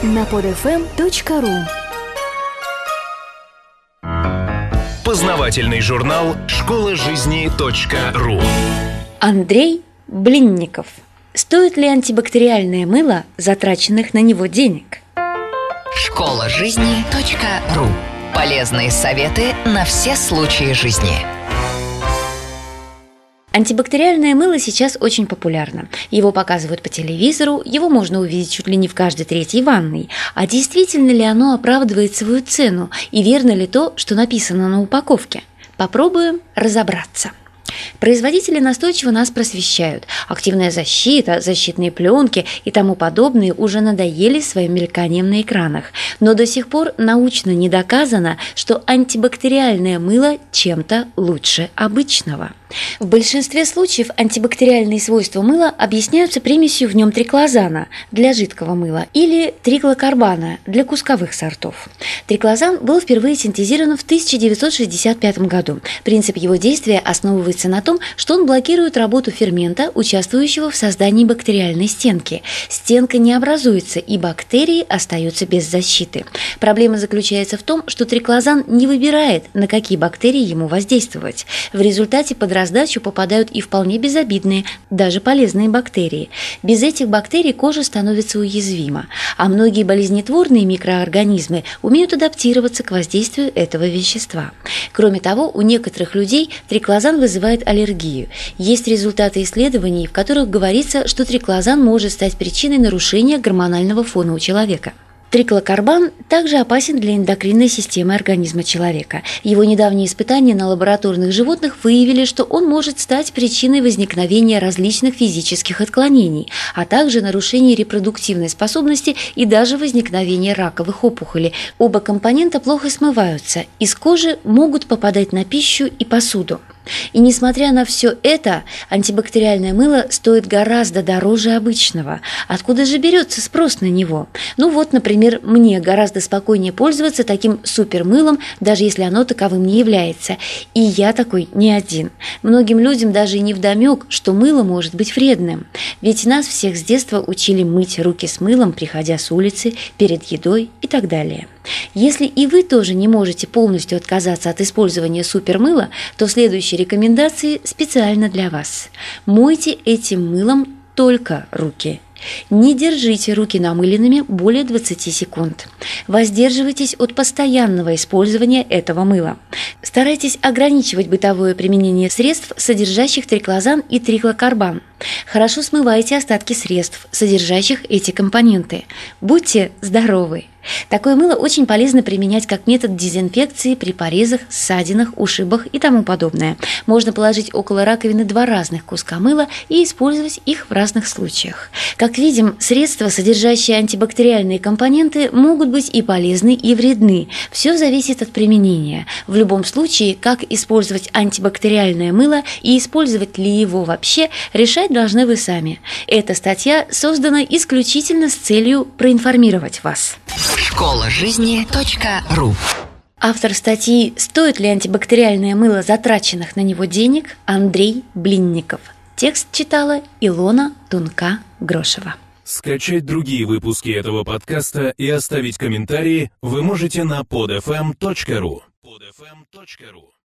на podfm.ru. Познавательный журнал «Школа жизни.ру». Андрей Блинников. Стоит ли антибактериальное мыло затраченных на него денег? Школа жизни.ру. Полезные советы на все случаи жизни. Антибактериальное мыло сейчас очень популярно. Его показывают по телевизору, его можно увидеть чуть ли не в каждой третьей ванной. А действительно ли оно оправдывает свою цену? И верно ли то, что написано на упаковке? Попробуем разобраться. Производители настойчиво нас просвещают. Активная защита, защитные пленки и тому подобное уже надоели своим мельканием на экранах. Но до сих пор научно не доказано, что антибактериальное мыло чем-то лучше обычного. В большинстве случаев антибактериальные свойства мыла объясняются примесью в нем триклозана для жидкого мыла или триклокарбана для кусковых сортов. Триклозан был впервые синтезирован в 1965 году. Принцип его действия основывается на том, что он блокирует работу фермента, участвующего в создании бактериальной стенки. Стенка не образуется, и бактерии остаются без защиты. Проблема заключается в том, что триклозан не выбирает, на какие бактерии ему воздействовать. В результате под раздачу попадают и вполне безобидные, даже полезные бактерии. Без этих бактерий кожа становится уязвима, а многие болезнетворные микроорганизмы умеют адаптироваться к воздействию этого вещества. Кроме того, у некоторых людей триклозан вызывает аллергию. Есть результаты исследований, в которых говорится, что триклозан может стать причиной нарушения гормонального фона у человека. Триклокарбан также опасен для эндокринной системы организма человека. Его недавние испытания на лабораторных животных выявили, что он может стать причиной возникновения различных физических отклонений, а также нарушения репродуктивной способности и даже возникновения раковых опухолей. Оба компонента плохо смываются, из кожи могут попадать на пищу и посуду. И несмотря на все это, антибактериальное мыло стоит гораздо дороже обычного. Откуда же берется спрос на него? Ну вот, например, мне гораздо спокойнее пользоваться таким супермылом, даже если оно таковым не является. И я такой не один. Многим людям даже и невдомек, что мыло может быть вредным. Ведь нас всех с детства учили мыть руки с мылом, приходя с улицы, перед едой и так далее. Если и вы тоже не можете полностью отказаться от использования супермыла, то следующие рекомендации специально для вас. Мойте этим мылом только руки. Не держите руки намыленными более 20 секунд. Воздерживайтесь от постоянного использования этого мыла. Старайтесь ограничивать бытовое применение средств, содержащих триклозан и триклокарбан. Хорошо смывайте остатки средств, содержащих эти компоненты. Будьте здоровы! Такое мыло очень полезно применять как метод дезинфекции при порезах, ссадинах, ушибах и тому подобное. Можно положить около раковины 2 разных куска мыла и использовать их в разных случаях. Как видим, средства, содержащие антибактериальные компоненты, могут быть и полезны, и вредны. Все зависит от применения. В любом случае, как использовать антибактериальное мыло и использовать ли его вообще, решать должны вы сами. Эта статья создана исключительно с целью проинформировать вас. Школа жизни.ру. Автор статьи «Стоит ли антибактериальное мыло затраченных на него денег?» Андрей Блинников. Текст читала Илона Тунка-Грошева. Скачать другие выпуски этого подкаста и оставить комментарии вы можете на podfm.ru.